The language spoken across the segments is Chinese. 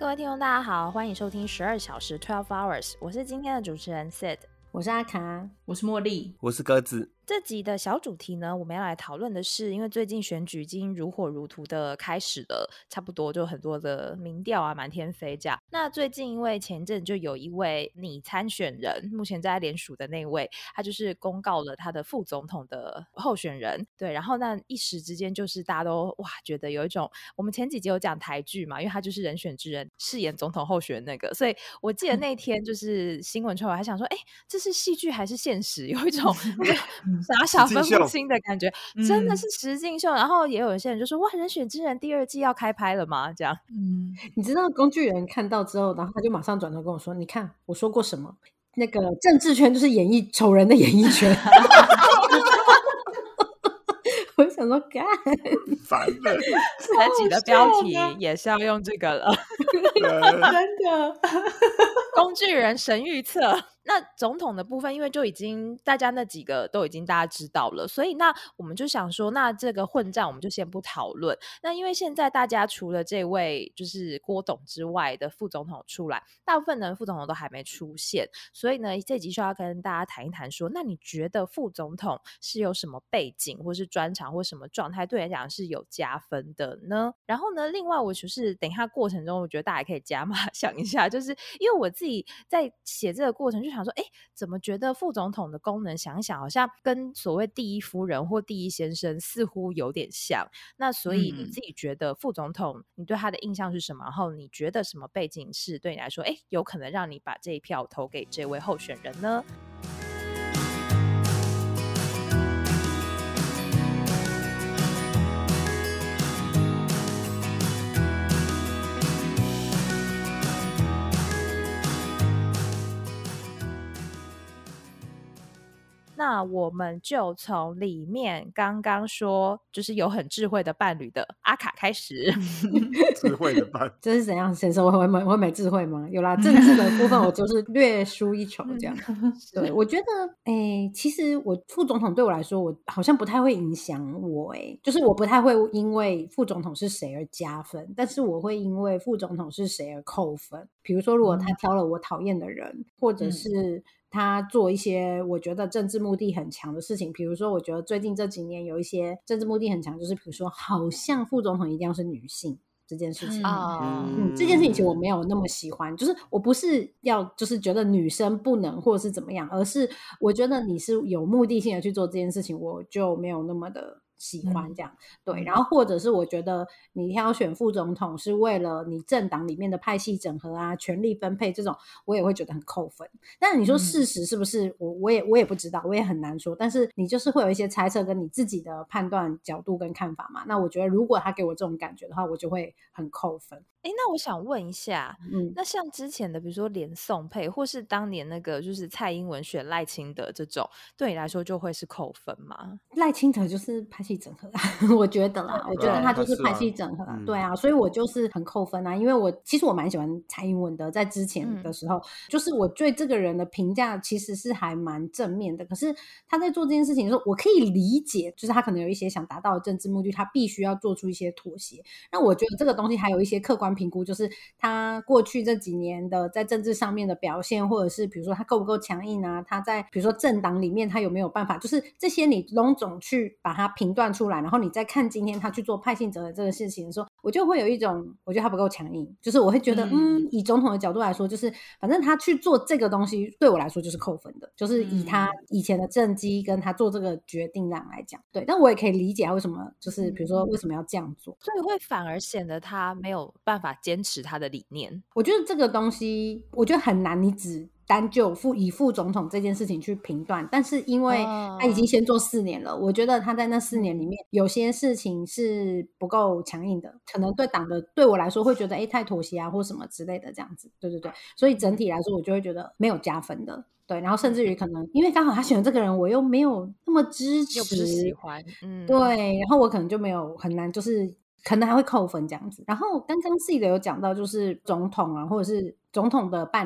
各位听众大家好，欢迎收听12小时 12 hours， 我是今天的主持人 Sid， 我是阿卡， 我是茉莉， 我是鸽子。 这集的小主题呢，我们要来讨论的是，因为最近选举已经如火如荼的开始了，差不多就很多的民调啊满天飞这样。那最近因为前阵就有一位拟参选人，目前在联署的那位，他就是公告了他的副总统的候选人，对，然后那一时之间就是大家都哇觉得有一种，我们前几集有讲台剧嘛，因为他就是人选之人饰演总统候选人那个，所以我记得那天就是新闻出来，还想说，哎，这是戏剧还是现实？有一种傻傻分不清的感觉，真的是实境秀。然后也有一些人就说，哇，人选之人第2季要开拍了吗？这样， 你知道工具人看到之后，然后他就马上转头跟我说，你看我说过什么？那个政治圈就是演艺丑人的演艺圈。我想说干烦了， 这集的标题也是要用这个了。 真的工具人神预测。那总统的部分因为就已经大家那几个都已经大家知道了，所以那我们就想说，那这个混战我们就先不讨论。那因为现在大家除了这位就是郭董之外的副总统出来，大部分的副总统都还没出现，所以呢这集就要跟大家谈一谈说，那你觉得副总统是有什么背景或是专长或什么状态对你来讲是有加分的呢？然后呢另外我就是等一下过程中我觉得大家可以加码想一下，就是因为我自己在写这个过程就想说，哎，怎么觉得副总统的功能想一想好像跟所谓第一夫人或第一先生似乎有点像，那所以你自己觉得副总统你对他的印象是什么？然后你觉得什么背景是对你来说，哎，有可能让你把这一票投给这位候选人呢？那我们就从里面刚刚说就是有很智慧的伴侣的阿卡开始。 智慧的伴这是怎样？先生我没智慧吗？有啦，政治的部分我就是略输一筹这样。对，我觉得其实我副总统对我来说我好像不太会影响我，就是我不太会因为副总统是谁而加分，但是我会因为副总统是谁而扣分。比如说如果他挑了我讨厌的人，或者是他做一些我觉得政治目的很强的事情，比如说我觉得最近这几年有一些政治目的很强，就是比如说好像副总统一定要是女性这件事情，这件事情其实我没有那么喜欢，就是我不是要就是觉得女生不能或者是怎么样，而是我觉得你是有目的性的去做这件事情，我就没有那么的喜欢这样。对，然后或者是我觉得你挑选副总统是为了你政党里面的派系整合啊、权力分配这种，我也会觉得很扣分。但是你说事实是不是，我也不知道，我也很难说，但是你就是会有一些猜测跟你自己的判断角度跟看法嘛。那我觉得如果他给我这种感觉的话，我就会很扣分。 那我想问一下，那像之前的比如说连宋配或是当年那个就是蔡英文选赖清德这种，对你来说就会是扣分吗？ 赖清德就是派系整合我觉得啦，我觉得他就是派系整合对啊，所以我就是很扣分啊。因为其实我蛮喜欢蔡英文的，在之前的时候就是我对这个人的评价其实是还蛮正面的，可是他在做这件事情的时候我可以理解，就是他可能有一些想达到的政治目的，他必须要做出一些妥协。那我觉得这个东西还有一些客观评估，就是他过去这几年的在政治上面的表现，或者是比如说他够不够强硬啊，他在比如说政党里面他有没有办法，就是这些你拢总去把它评断出来，然后你再看今天他去做派系整合这个事情的时候，我就会有一种我觉得他不够强硬，就是我会觉得以总统的角度来说，就是反正他去做这个东西对我来说就是扣分的，就是以他以前的政绩跟他做这个决定上来讲，对，但我也可以理解他为什么就是比如说为什么要这样做， 所以会反而显得他没有办法坚持他的理念。 我觉得这个东西我觉得很难，你只单就以副总统这件事情去评断，但是因为他已经先做4年了，我觉得他在那4年里面有些事情是不够强硬的，可能对党的对我来说会觉得太妥协啊或什么之类的这样子，对对对，所以整体来说我就会觉得没有加分的。对，然后甚至于可能因为刚好他选的这个人我又没有那么支持， 又不是喜欢， 对，然后我可能就没有很难，就是可能还会扣分这样子。然后刚刚 C 的有讲到就是总统啊或者是总统的伴侣，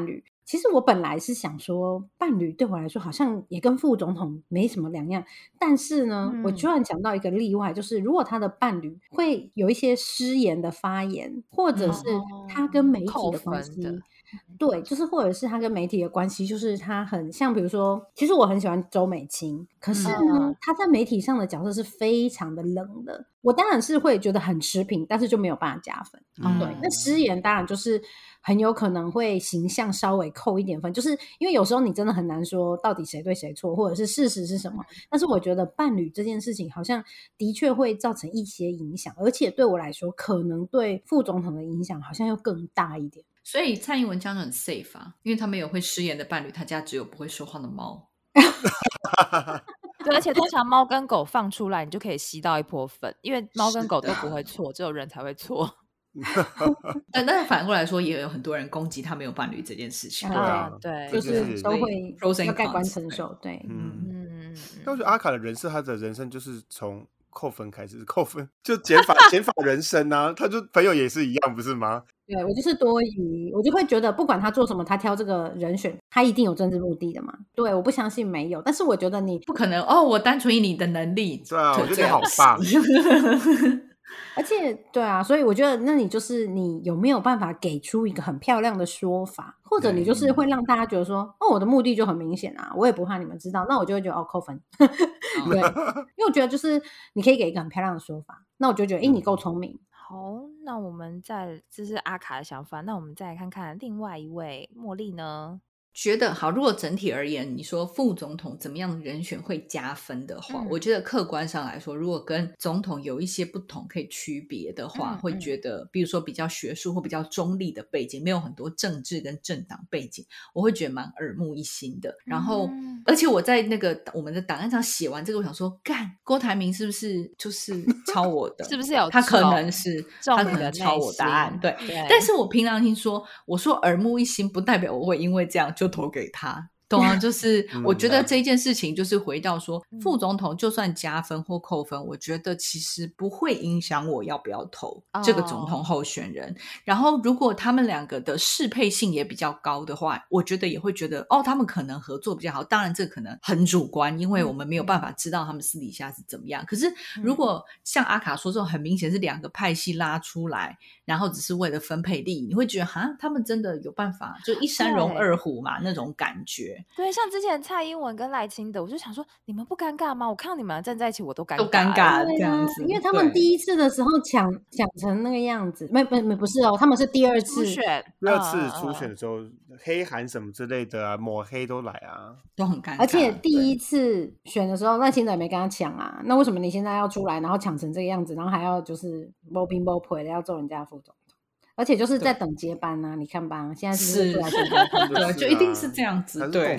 其实我本来是想说，伴侣对我来说好像也跟副总统没什么两样，但是呢，我居然讲到一个例外，就是如果他的伴侣会有一些失言的发言，或者是他跟媒体的关系，对，就是或者是他跟媒体的关系，就是他很像，比如说，其实我很喜欢周美青，可是呢，他在媒体上的角色是非常的冷的。我当然是会觉得很持平，但是就没有办法加分。对，那失言当然就是很有可能会形象稍微扣一点分，就是因为有时候你真的很难说到底谁对谁错，或者是事实是什么。但是我觉得伴侣这件事情好像的确会造成一些影响，而且对我来说，可能对副总统的影响好像又更大一点。 所以蔡英文这样就很 safe 啊，因为他没有会失言的伴侣，他家只有不会说话的猫。 对，而且通常猫跟狗放出来，你就可以吸到一波粉，因为猫跟狗都不会错，只有人才会错。 但反过来说，也有很多人攻击他没有伴侣这件事情。 对啊， 对， 就是都会要盖棺承受。对， 但我觉得阿卡的人设，他的人生就是从扣分开始，扣分就减法人生啊，他就朋友也是一样，不是吗？ 对，我就是多疑，我就会觉得不管他做什么，他挑这个人选，他一定有政治目的的嘛。对，我不相信没有，但是我觉得你不可能哦，我单纯以你的能力。 对啊，我觉得你好棒。 而且对啊，所以我觉得那你就是你有没有办法给出一个很漂亮的说法，或者你就是会让大家觉得说，哦，我的目的就很明显啊，我也不怕你们知道，那我就会觉得哦扣分。对，因为我觉得就是你可以给一个很漂亮的说法，那我就觉得你够聪明。 好，那我们这是阿卡的想法，那我们再来看看另外一位茉莉呢？ 觉得好，如果整体而言，你说副总统怎么样的人选会加分的话，我觉得客观上来说，如果跟总统有一些不同可以区别的话，会觉得比如说比较学术或比较中立的背景，没有很多政治跟政党背景，我会觉得蛮耳目一新的。然后而且我在那个我们的档案上写完这个，我想说干郭台铭是不是就是抄我的是不是有他可能是他可能抄我答案，对。但是我凭良心说，我说耳目一新不代表我会因为这样就投给他，懂吗？就是我觉得这件事情就是回到说，副总统就算加分或扣分，我觉得其实不会影响我要不要投这个总统候选人。然后如果他们两个的适配性也比较高的话，我觉得也会觉得哦，他们可能合作比较好。当然这可能很主观，因为我们没有办法知道他们私底下是怎么样。可是如果像阿卡说这种很明显是两个派系拉出来，然后只是为了分配利益，你会觉得哈，他们真的有办法就一山容二虎嘛那种感觉。 对，像之前蔡英文跟赖清德，我就想说你们不尴尬吗？我看到你们站在一起我都尴尬这样子， 因为他们第一次的时候讲成那个样子，不是哦，他们是第二次初选的时候，黑韩什么之类的啊，抹黑都来啊， 都很尴尬。 而且第一次选的时候，赖清德也没跟他抢啊，那为什么你现在要出来，然后抢成这个样子，然后还要就是摸pin摸腿的要揍人家副总统，而且就是在等接班啊，你看吧，现在是出来接班， 对，就一定是这样子，对，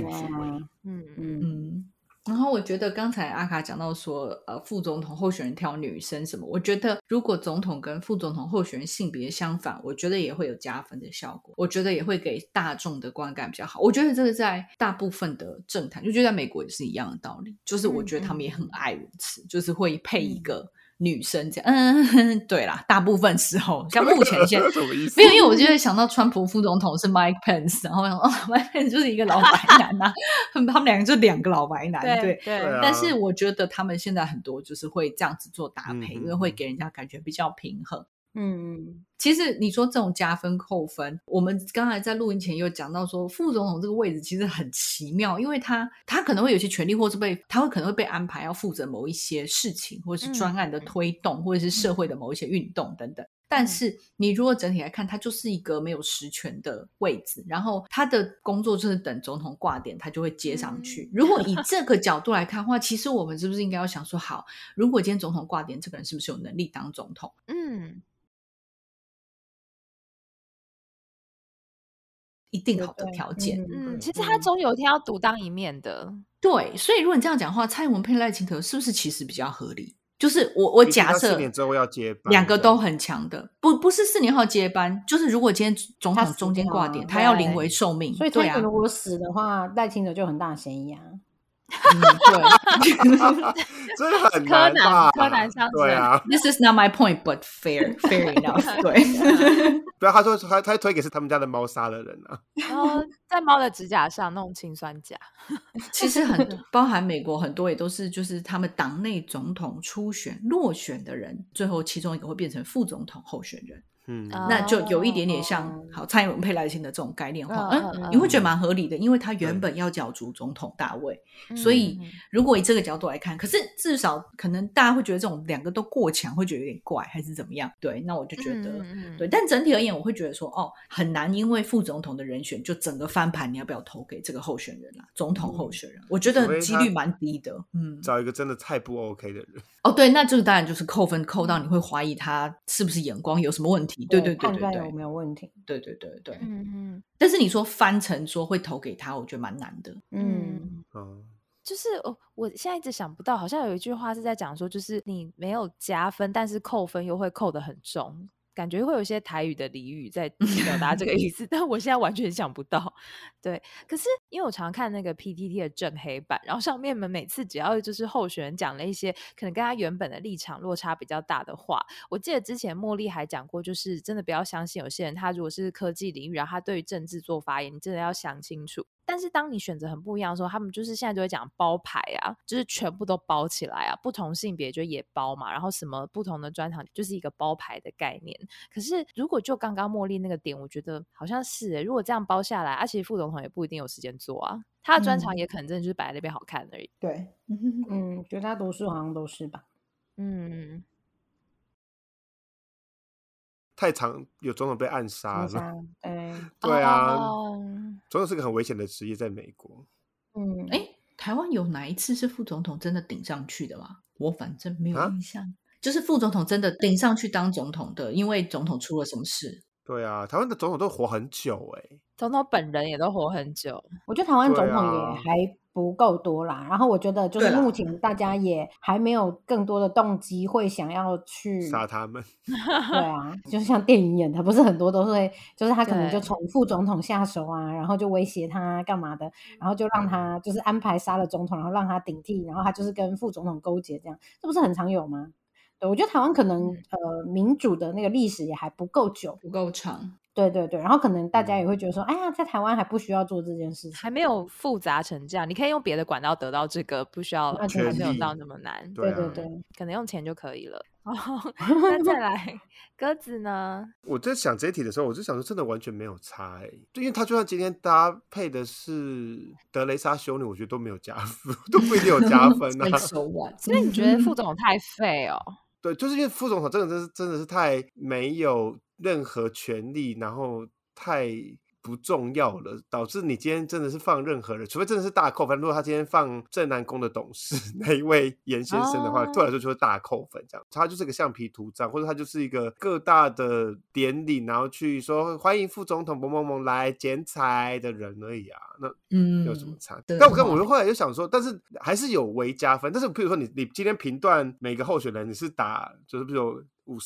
然后我觉得刚才阿卡讲到说副总统候选人挑女生什么，我觉得如果总统跟副总统候选人性别相反，我觉得也会有加分的效果，我觉得也会给大众的观感比较好。我觉得这个在大部分的政坛，就觉得在美国也是一样的道理，就是我觉得他们也很爱如此，就是会配一个女生这样。对啦，大部分时候像目前现在没有，因为我就会想到川普副总统是 Mike Pence， 然后我想Mike Pence 就是一个老白男啊他们两个就两个老白男，对。但是我觉得他们现在很多就是会这样子做搭配，因为会给人家感觉比较平衡。其实你说这种加分扣分，我们刚才在录音前有讲到说副总统这个位置其实很奇妙，因为他可能会有些权利，或是他可能会被安排要负责某一些事情，或者是专案的推动，或者是社会的某一些运动等等。但是你如果整体来看，他就是一个没有实权的位置，然后他的工作就是等总统挂点他就会接上去。如果以这个角度来看的话，其实我们是不是应该要想说，好，如果今天总统挂点，这个人是不是有能力当总统？一定好的条件。 其实他总有一天要独当一面的。 对，所以如果你这样讲的话，蔡英文配赖清德是不是其实比较合理？就是我假设 4年之后要接班， 两个都很强的，不是4年后接班，就是如果今天总统中间挂点，他要临危受命， 所以蔡英文如果死的话，赖清德就很大嫌疑啊。 对。 这很难吧？ 柯南上对啊， This is not my point, but fair enough 对。 不要他说他推给是他们家的猫杀了人啊。 然后在猫的指甲上弄氰酸钾。 其实很多包含美国很多也都是就是他们党内总统初选落选的人，最后其中一个会变成副总统候选人。那就有一点点像好蔡英文配赖清德这种概念化，你会觉得蛮合理的，因为他原本要角逐总统大位，所以如果以这个角度来看，可是至少可能大家会觉得这种两个都过强，会觉得有点怪还是怎么样？对，那我就觉得对，但整体而言，我会觉得说很难因为副总统的人选就整个翻盘，你要不要投给这个候选人啦？总统候选人，我觉得几率蛮低的。 找一个真的太不 OK 的人。 对，那这个当然就是扣分扣到你会怀疑他是不是眼光有什么问题。对， 判断有没有问题。 对，但是你说翻成说会投给他，我觉得蛮难的。 就是我现在一直想不到，好像有一句话是在讲说，就是你没有加分，但是扣分又会扣得很重。感觉会有一些台语的俚语在表达这个意思，但我现在完全想不到。对，可是因为我常看那个 PTT 的正黑板，然后上面每次只要就是候选人讲了一些可能跟他原本的立场落差比较大的话，我记得之前茉莉还讲过，就是真的不要相信有些人他如果是科技领域，然后他对于政治做发言，你真的要想清楚。但是当你选择很不一样的时候，他们就是现在就会讲包牌啊，就是全部都包起来啊，不同性别就也包嘛，然后什么不同的专场就是一个包牌的概念。可是如果就刚刚茉莉那个点，我觉得好像是如果这样包下来，其实副总统也不一定有时间做啊，他的专场也可能真的就是摆在那边好看而已。 对， 绝大多数好像都是吧。 太常有总统被暗杀了。 对啊，总统是个很危险的职业，在美国。 台湾有哪一次是副总统真的顶上去的吗？我反正没有印象。就是副总统真的顶上去当总统的，因为总统出了什么事。 对啊，台湾的总统都活很久总统本人也都活很久。 我觉得台湾总统也还不够多啦，然后我觉得就是目前大家也还没有更多的动机会想要去杀他们。 对啊，就是像电影演的，不是很多都会就是他可能就从副总统下手啊，然后就威胁他干嘛的，然后就让他就是安排杀了总统，然后让他顶替，然后他就是跟副总统勾结，这样这不是很常有吗？对，我觉得台湾可能民主的那个历史也还不够久， 不够长。 对，然后可能大家也会觉得说，哎呀，在台湾还不需要做这件事情， 还没有复杂成这样，你可以用别的管道得到这个，不需要，还没有到那么难。 对， 可能用钱就可以了。那再来鸽子呢？ 我在想这一题的时候，我就想说真的完全没有差因为他就算今天搭配的是德雷莎修女，我觉得都没有加分，都不一定有加分啊。 所以你觉得副总统太废哦？ 对，就是因为副总统真的是太没有任何权利，然后太不重要了，导致你今天真的是放任何人，除非真的是大扣分。如果他今天放正南宫的董事那一位严先生的话，对我来说就会大扣分。这样，他就是个橡皮图章，或者他就是一个各大的典礼，然后去说欢迎副总统某某某来剪彩的人而已啊。那有什么差？但我后来就想说，但是还是有微加分。但是比如说你今天评断每个候选人，你是打就是比如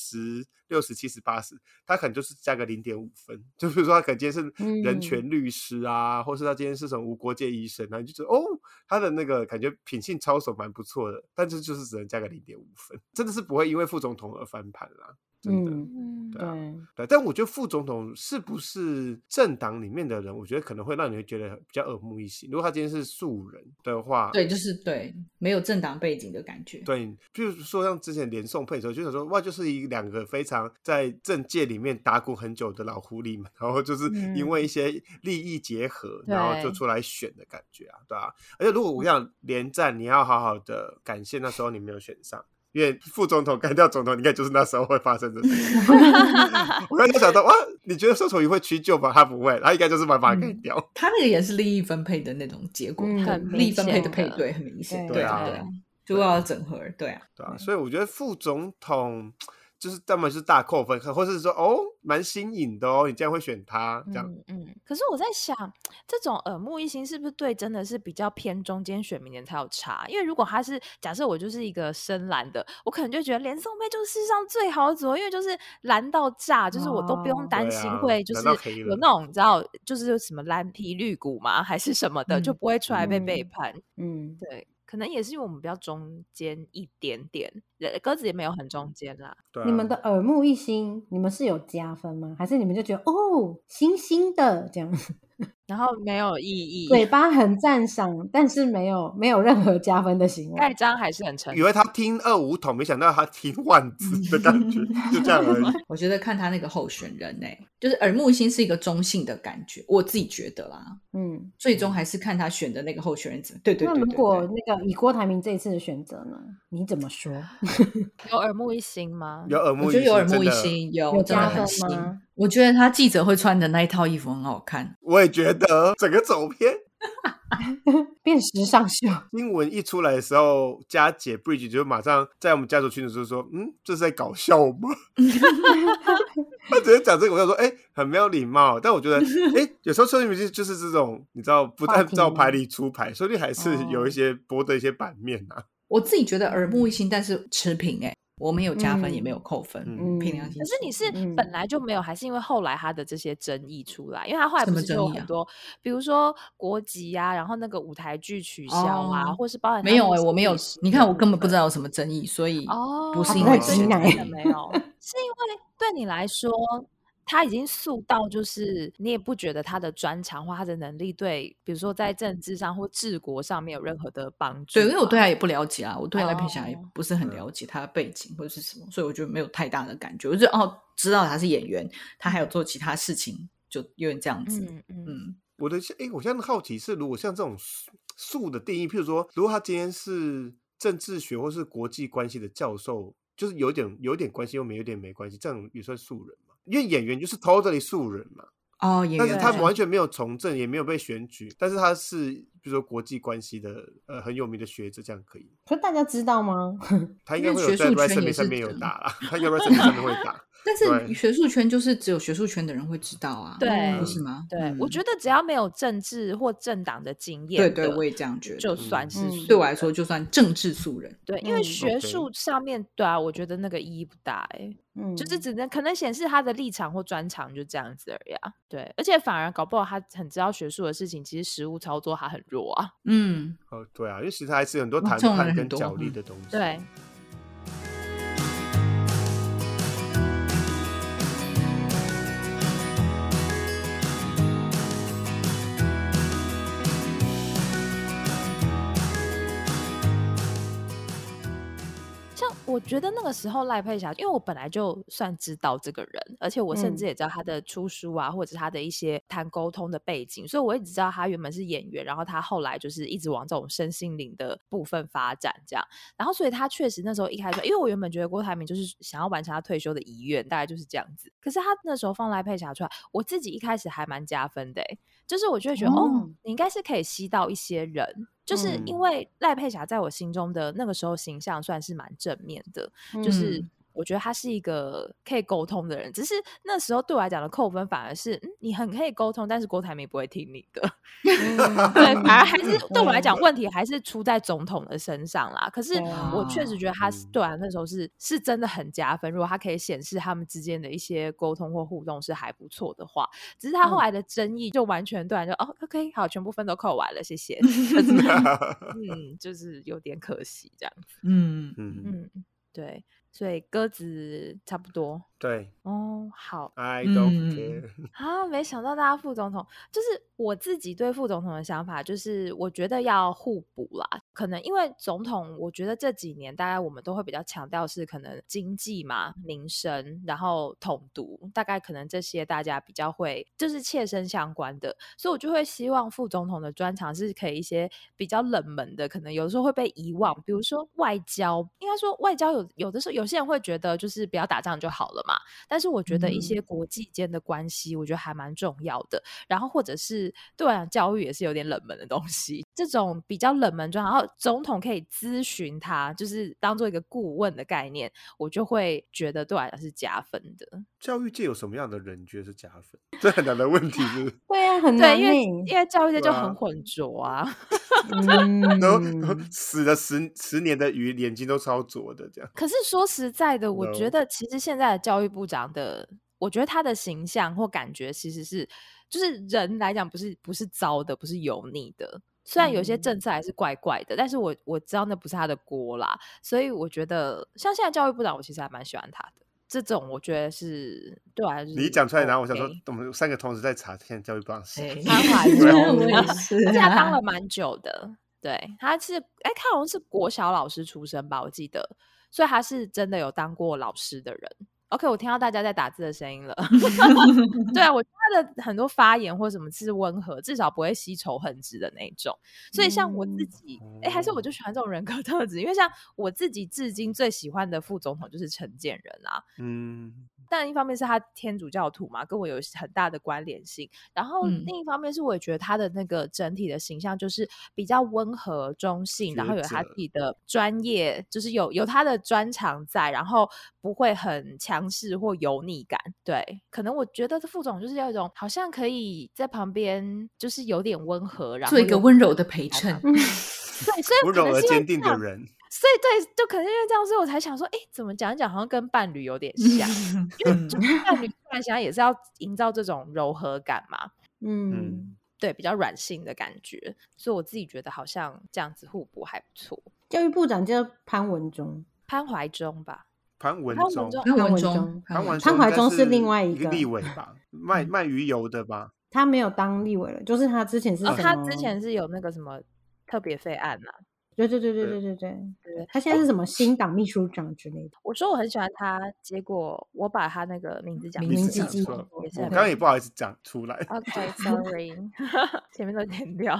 50、60、70、80，他可能就是加个0.5分。就比如说他可能今天是人权律师啊，或是他今天是什么无国界医生啊，你就觉得他的那个感觉品性操守蛮不错的，但是就是只能加个0.5分，真的是不会因为副总统而翻盘啦。真的，对，但我觉得副总统是不是政党里面的人，我觉得可能会让你觉得比较耳目一新。如果他今天是素人的话， 对，就是对没有政党背景的感觉。 对，比如说像之前连宋配的时候，就想说哇，就是两个非常在政界里面打滚很久的老狐狸们，然后就是因为一些利益结合，然后就出来选的感觉啊，对吧？而且如果我想连战，你要好好的感谢那时候你没有选上。因为副总统干掉总统，应该就是那时候会发生的事情。我刚才想到，哇，你觉得宋楚瑜会屈就吗？他不会，他应该就是把他干掉。 他那个也是利益分配的那种结果，利益分配的配对很明显。对啊，就要整合，对啊。 所以我觉得副总统就是要么就是大扣分，或是说哦蛮新颖的哦，你这样会选他这样。 可是我在想，这种耳目一新是不是对真的是比较偏中间选民的才有差？因为如果他是假设我就是一个深蓝的，我可能就觉得连宋配就是世上最好的组合，因为就是蓝到炸，就是我都不用担心会就是有那种你知道就是什么蓝皮绿骨嘛还是什么的，就不会出来被背叛。对。可能也是因为我们比较中间一点点，鸽子也没有很中间啦。 对啊， 你们的耳目一新，你们是有加分吗？还是你们就觉得哦，新兴的这样， 然后没有意义， 嘴巴很赞赏，但是没有任何加分的行为。 盖章还是很诚实， 以为他听25筒，没想到他听万字的感觉，就这样而已。 我觉得看他那个候选人就是耳目一新是一个中性的感觉，我自己觉得啦。最终还是看他选的那个候选人怎么。对。 那如果那个以郭台铭这一次的选择呢？你怎么说？ 有耳目一新吗？ 有耳目一新， 我觉得有耳目一新，有真的很新。我觉得他记者会穿的那一套衣服很好看， 我也觉得整个走偏。 变时尚秀。 新闻一出来的时候，佳姐 Bridge 就马上在我们家族群组就说：“这是在搞笑吗？”他直接讲这个，我就说：“很没有礼貌。”但我觉得，有时候说明就是这种，你知道，不按照牌理出牌，说不定还是有一些博得一些版面啊。 我自己觉得耳目一新，但是持平我没有加分，也没有扣分，凭良心说。 可是你是本来就没有，还是因为后来他的这些争议出来？因为他后来不是就有很多，比如说国籍啊，然后那个舞台剧取消啊，或是包含没有我没有，你看我根本不知道有什么争议，所以不是因为挤奶没有，是因为对你来说。他已经素到就是你也不觉得他的专长或他的能力对比如说在政治上或治国上面有任何的帮助。 对，因为我对他也不了解啊，我对赖佩霞也不是很了解他的背景或者是什么，所以我觉得没有太大的感觉。我就知道他是演员，他还有做其他事情，就有点这样子。 我现在好奇是，如果像这种素的定义，譬如说如果他今天是政治学或是国际关系的教授，就是有点关系又有点没关系，这样也算素人嘛？因为演员就是 totally 素人嘛。 演员， 但是他完全没有从政，也没有被选举，但是他是比如说国际关系的很有名的学者，这样可以？ 可是大家知道吗？ 他应该会有在 resume 上面有打啦，他应该 resume 上面会打。 但是学术圈就是只有学术圈的人会知道啊， 对， 不是吗？ 对，我觉得只要没有政治或政党的经验， 对，我也这样觉得， 就算是对我来说就算政治素人。 对，因为学术上面，对啊，我觉得那个意义不大就是只能可能显示他的立场或专长就这样子而已啊。对，而且反而搞不好他很知道学术的事情，其实实务操作他很弱啊。 对啊，因为其实还是很多谈判跟角力的东西。 对。我觉得那个时候赖佩霞，因为我本来就算知道这个人，而且我甚至也知道他的出书啊，或者是他的一些谈沟通的背景，所以我一直知道他原本是演员，然后他后来就是一直往这种身心灵的部分发展这样。然后所以他确实那时候一开始，因为我原本觉得郭台铭就是想要完成他退休的遗愿，大概就是这样子。可是他那时候放赖佩霞出来，我自己一开始还蛮加分的就是我就会觉得你应该是可以吸到一些人。就是因为赖佩霞在我心中的那个时候形象算是蛮正面的，就是我觉得他是一个可以沟通的人，只是那时候对我来讲的扣分反而是你很可以沟通，但是郭台铭不会听你的对，反而还是对我来讲问题还是出在总统的身上啦。可是我确实觉得他对我那时候是真的很加分，如果他可以显示他们之间的一些沟通或互动是还不错的话，只是他后来的争议就完全对就OK 好，全部分都扣完了，谢谢就是有点可惜这样子对，所以鸽子差不多。 对好 I don't care 没想到大家副总统就是我自己对副总统的想法就是我觉得要互补啦，可能因为总统我觉得这几年大概我们都会比较强调是可能经济嘛，民生，然后统独，大概可能这些大家比较会就是切身相关的，所以我就会希望副总统的专长是可以一些比较冷门的，可能有的时候会被遗忘，比如说外交，应该说外交有的时候有些人会觉得就是不要打仗就好了嘛，但是我觉得一些国际间的关系我觉得还蛮重要的，然后或者是对我来讲教育也是有点冷门的东西，这种比较冷门状态，然后总统可以咨询他，就是当做一个顾问的概念，我就会觉得对我来讲是加分的。 教育界有什么样的人觉得是加分？这很难的问题是不是？ 对啊，很对， 难因为欸教育界就对啊很混浊啊。 然后嗯， 死了十年的鱼，眼睛都超浊的这样。 可是说实在的，我 No 觉得其实现在的教育部长的，我觉得他的形象或感觉其实是，就是人来讲不是糟的，不是油腻的。虽然有些政策还是怪怪的，但是我知道那不是他的锅啦，所以我觉得像现在教育部长，我其实还蛮喜欢他的。这种我觉得是对我来说， 你一讲出来，然后我想说，我们3个同时在查现在教育部长是谁。 潘怀我忠， 也是而且他当了蛮久的。对，他好像是国小老师出身吧，我记得，所以他是真的有当过老师的人。OK， 我听到大家在打字的声音了。对啊，我觉得他的很多发言或什么是温和，至少不会吸仇恨值的那一种。所以像我自己，还是我就喜欢这种人格特质，因为像我自己至今最喜欢的副总统就是陈建仁啊。但一方面是他天主教徒嘛，跟我有很大的关联性，然后另一方面是我也觉得他的那个整体的形象就是比较温和中性，然后有他自己的专业，就是有他的专长在，然后不会很强势或油腻感。对，可能我觉得副总就是要一种好像可以在旁边就是有点温和，然后做一个温柔的陪衬。 对，所以温柔而坚定的人。 所以对，就可能因为这样，所以我才想说，怎么讲一讲好像跟伴侣有点像，因为就是伴侣突然想也是要营造这种柔和感嘛，对，比较软性的感觉，所以我自己觉得好像这样子互补还不错。 教育部长叫潘文忠， 潘怀忠吧， 潘文忠潘怀忠是另外一个立委吧，卖鱼油的吧？ 他没有当立委了，就是他之前是什么？ 他之前是有那个什么特别费案啊。 对，他现在是什么新党秘书长之类的。 我说我很喜欢他，结果我把他那个名字讲错了，我刚刚也不好意思讲出来。 OK，sorry， 前面都剪掉。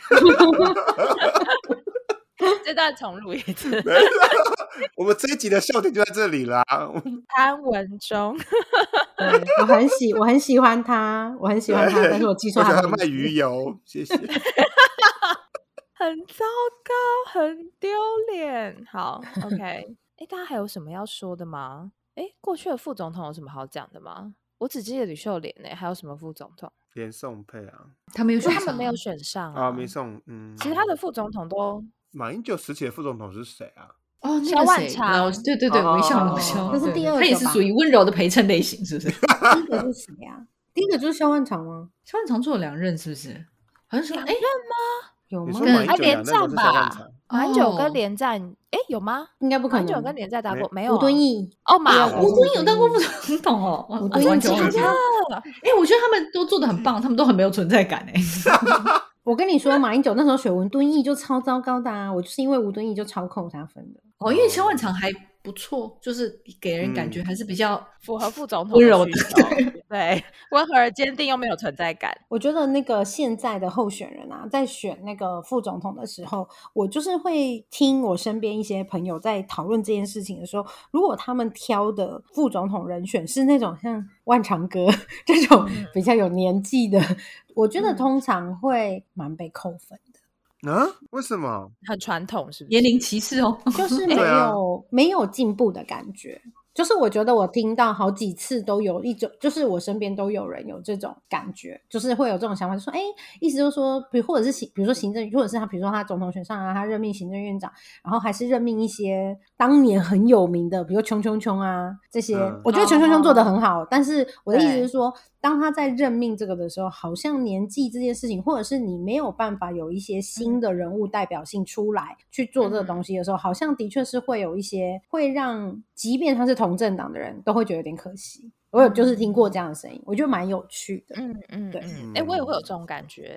这段重录一次。 我们这一集的笑点就在这里啦。 潘文忠， 对，我很喜欢他，但是我记错他卖鱼油，谢谢。 很糟糕，很丢脸。好 ，OK， 大家还有什么要说的吗？过去的副总统有什么好讲的吗？我只记得吕秀莲还有什么副总统？ 连宋配啊， 他们没有选上啊，没送。 其他的副总统都马英九时期的副总统是谁啊？ 哦， 萧万长， 对，微笑老萧， 这是第二个吧， 他也是属于温柔的陪衬类型，是不是？ 第一个是谁啊？第一个就是萧万长吗？ 萧万长做了2任，是不是？好像是 2任吗？ 有吗？ 连战吧，马英九跟连战，有吗？ 应该不可能。 马英九跟连战打过没有？ 吴敦义哦， 吴敦义有当过副总统哦， 吴敦义我觉得他们都做的很棒，他们都很没有存在感我跟你说，马英九那时候选吴敦义就超糟糕的啊！我就是因为吴敦义就超扣他分的。 因为萧万长还不错，就是给人感觉还是比较符合副总统温柔的， 对，温和而坚定又没有存在感。 我觉得那个现在的候选人啊，在选那个副总统的时候，我就是会听我身边一些朋友在讨论这件事情的时候，如果他们挑的副总统人选是那种像万长哥这种比较有年纪的，我觉得通常会蛮被扣分的。 为什么？ 很传统是不是？ 年龄歧视哦， 就是没有进步的感觉。就是我觉得我听到好几次都有一种，就是我身边都有人有这种感觉，就是会有这种想法，就说意思就是说，或者是比如说行政，或者是他比如说他总统选上啊，他任命行政院长，然后还是任命一些当年很有名的，比如说琼啊这些，我觉得琼做得很好，但是我的意思是说，当他在任命这个的时候，好像年纪这件事情，或者是你没有办法有一些新的人物代表性出来去做这个东西的时候，好像的确是会有一些会让即便他是同政党的人都会觉得有点可惜。我有就是听过这样的声音，我觉得蛮有趣的。 对，我也会有这种感觉。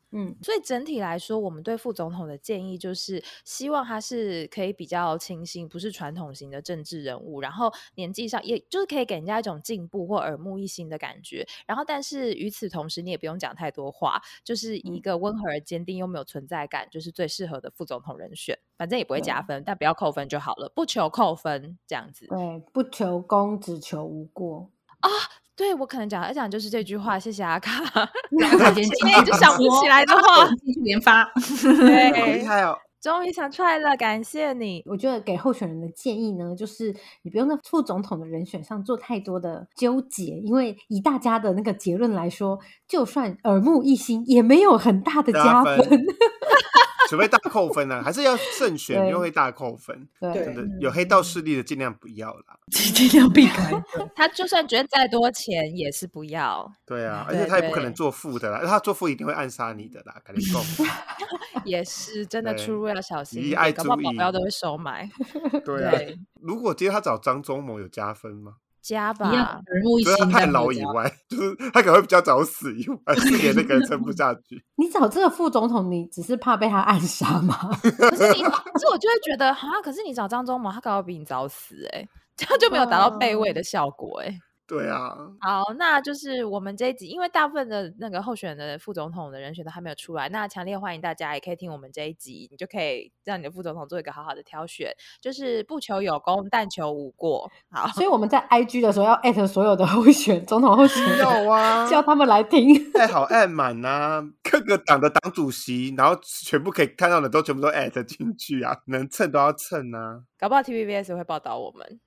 所以整体来说，我们对副总统的建议就是希望他是可以比较清新，不是传统型的政治人物，然后年纪上也就是可以给人家一种进步或耳目一新的感觉，然后但是与此同时你也不用讲太多话，就是一个温和而坚定又没有存在感，就是最适合的副总统人选，反正也不会加分，但不要扣分就好了，不求扣分这样子。 对，不求功只求无过啊。对，我可能讲就是这句话，谢谢阿卡。 阿卡今天就想不起来的话， 继续连发。 对， 好厉害哦！ 终于想出来了，感谢你。 我觉得给候选人的建议呢，就是你不用在副总统的人选上做太多的纠结，因为以大家的那个结论来说，就算耳目一新，也没有很大的加分。 除非大扣分啊，还是要慎选，又会大扣分。 对， 真的有黑道势力的尽量不要啦， 尽量避开。 他就算捐再多钱也是不要。 对啊，而且他也不可能做副的啦，他做副一定会暗杀你的啦，赶紧够。 也是真的出入要小心一点， 搞不好保镖都会收买。 对啊，如果今天他找张忠谋有加分吗？ 加吧， 除了他太老以外，就是他可能会比较早死以外，4年那个人撑不下去。 你找这个副总统，你只是怕被他暗杀吗？ 可是我就会觉得可是你找张忠谋，他搞不好比你早死这样就没有达到备位的效果对啊， 好，那就是我们这一集，因为大部分的那个候选人的副总统的人选都还没有出来，那强烈欢迎大家也可以听我们这一集，你就可以让你的副总统做一个好好的挑选，就是不求有功，但求无过。好， 所以我们在 IG 的时候要@所有的总统候选人， 有啊， 叫他们来听， 好满啊，各个党的党主席，然后全部可以看到的都全部都@进去啊，能蹭都要蹭啊， 搞不好 TVBS 会报道我们。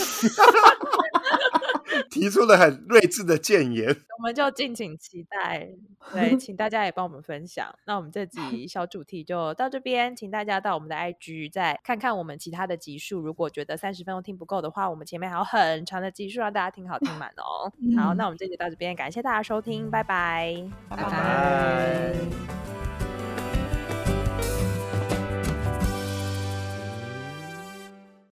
提出了很睿智的谏言， 我们就敬请期待。对，请大家也帮我们分享。那我们这集小主题就到这边，请大家到我们的 IG 再看看我们其他的集数。如果觉得30分钟听不够的话，我们前面还有很长的集数让大家听好听满哦。好，那我们这集到这边，感谢大家收听，拜拜， 拜拜。